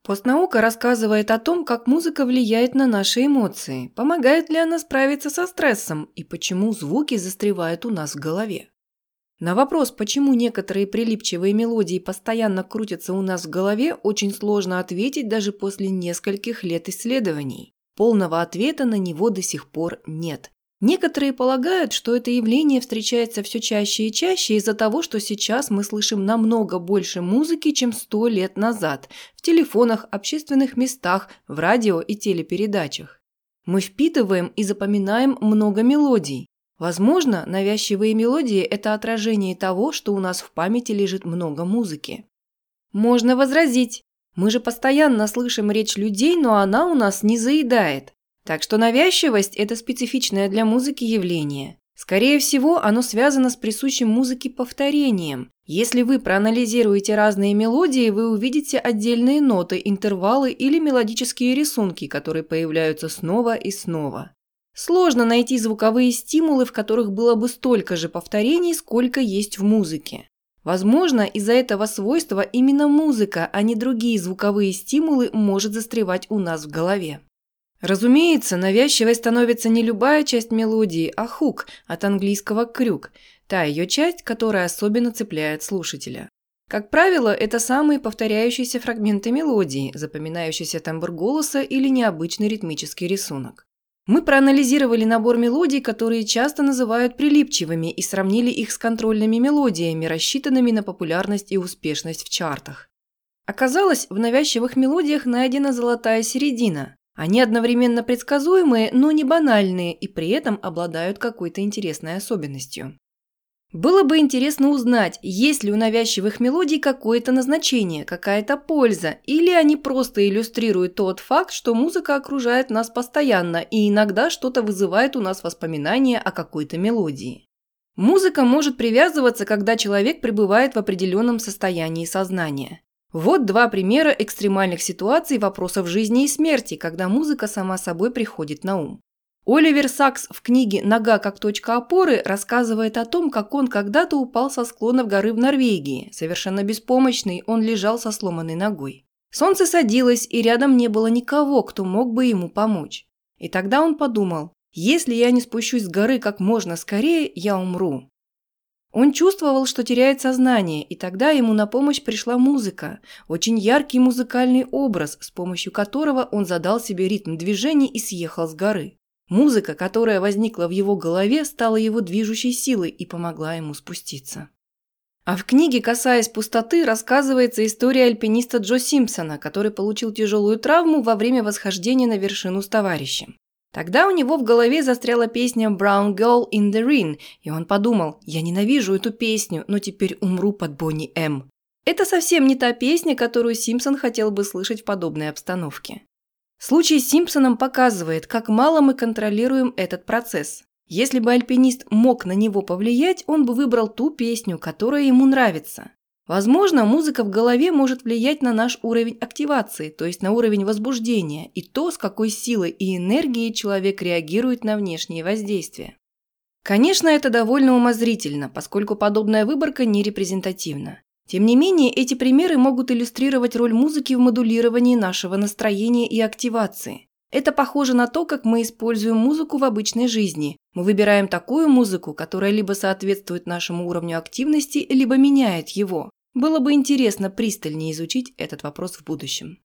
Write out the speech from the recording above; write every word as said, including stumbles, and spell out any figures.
Постнаука рассказывает о том, как музыка влияет на наши эмоции, помогает ли она справиться со стрессом и почему звуки застревают у нас в голове. На вопрос, почему некоторые прилипчивые мелодии постоянно крутятся у нас в голове, очень сложно ответить даже после нескольких лет исследований. Полного ответа на него до сих пор нет. Некоторые полагают, что это явление встречается все чаще и чаще из-за того, что сейчас мы слышим намного больше музыки, чем сто лет назад, в телефонах, общественных местах, в радио и телепередачах. Мы впитываем и запоминаем много мелодий. Возможно, навязчивые мелодии – это отражение того, что у нас в памяти лежит много музыки. Можно возразить, мы же постоянно слышим речь людей, но она у нас не заедает. Так что навязчивость – это специфичное для музыки явление. Скорее всего, оно связано с присущим музыке повторением. Если вы проанализируете разные мелодии, вы увидите отдельные ноты, интервалы или мелодические рисунки, которые появляются снова и снова. Сложно найти звуковые стимулы, в которых было бы столько же повторений, сколько есть в музыке. Возможно, из-за этого свойства именно музыка, а не другие звуковые стимулы, может застревать у нас в голове. Разумеется, навязчивой становится не любая часть мелодии, а хук, от английского крюк, та ее часть, которая особенно цепляет слушателя. Как правило, это самые повторяющиеся фрагменты мелодии, запоминающийся тембр голоса или необычный ритмический рисунок. Мы проанализировали набор мелодий, которые часто называют прилипчивыми, и сравнили их с контрольными мелодиями, рассчитанными на популярность и успешность в чартах. Оказалось, в навязчивых мелодиях найдена золотая середина. Они одновременно предсказуемые, но не банальные и при этом обладают какой-то интересной особенностью. Было бы интересно узнать, есть ли у навязчивых мелодий какое-то назначение, какая-то польза, или они просто иллюстрируют тот факт, что музыка окружает нас постоянно и иногда что-то вызывает у нас воспоминания о какой-то мелодии. Музыка может привязываться, когда человек пребывает в определенном состоянии сознания. Вот два примера экстремальных ситуаций вопросов жизни и смерти, когда музыка сама собой приходит на ум. Оливер Сакс в книге «Нога как точка опоры» рассказывает о том, как он когда-то упал со склонов горы в Норвегии. Совершенно беспомощный, он лежал со сломанной ногой. Солнце садилось, и рядом не было никого, кто мог бы ему помочь. И тогда он подумал, если я не спущусь с горы как можно скорее, я умру. Он чувствовал, что теряет сознание, и тогда ему на помощь пришла музыка, очень яркий музыкальный образ, с помощью которого он задал себе ритм движений и съехал с горы. Музыка, которая возникла в его голове, стала его движущей силой и помогла ему спуститься. А в книге «Касаясь пустоты» рассказывается история альпиниста Джо Симпсона, который получил тяжелую травму во время восхождения на вершину с товарищем. Тогда у него в голове застряла песня «Brown Girl in the Rain», и он подумал, я ненавижу эту песню, но теперь умру под Бонни М. Это совсем не та песня, которую Симпсон хотел бы слышать в подобной обстановке. Случай с Симпсоном показывает, как мало мы контролируем этот процесс. Если бы альпинист мог на него повлиять, он бы выбрал ту песню, которая ему нравится. Возможно, музыка в голове может влиять на наш уровень активации, то есть на уровень возбуждения, и то, с какой силой и энергией человек реагирует на внешние воздействия. Конечно, это довольно умозрительно, поскольку подобная выборка не репрезентативна. Тем не менее, эти примеры могут иллюстрировать роль музыки в модулировании нашего настроения и активации. Это похоже на то, как мы используем музыку в обычной жизни. Мы выбираем такую музыку, которая либо соответствует нашему уровню активности, либо меняет его. Было бы интересно пристальнее изучить этот вопрос в будущем.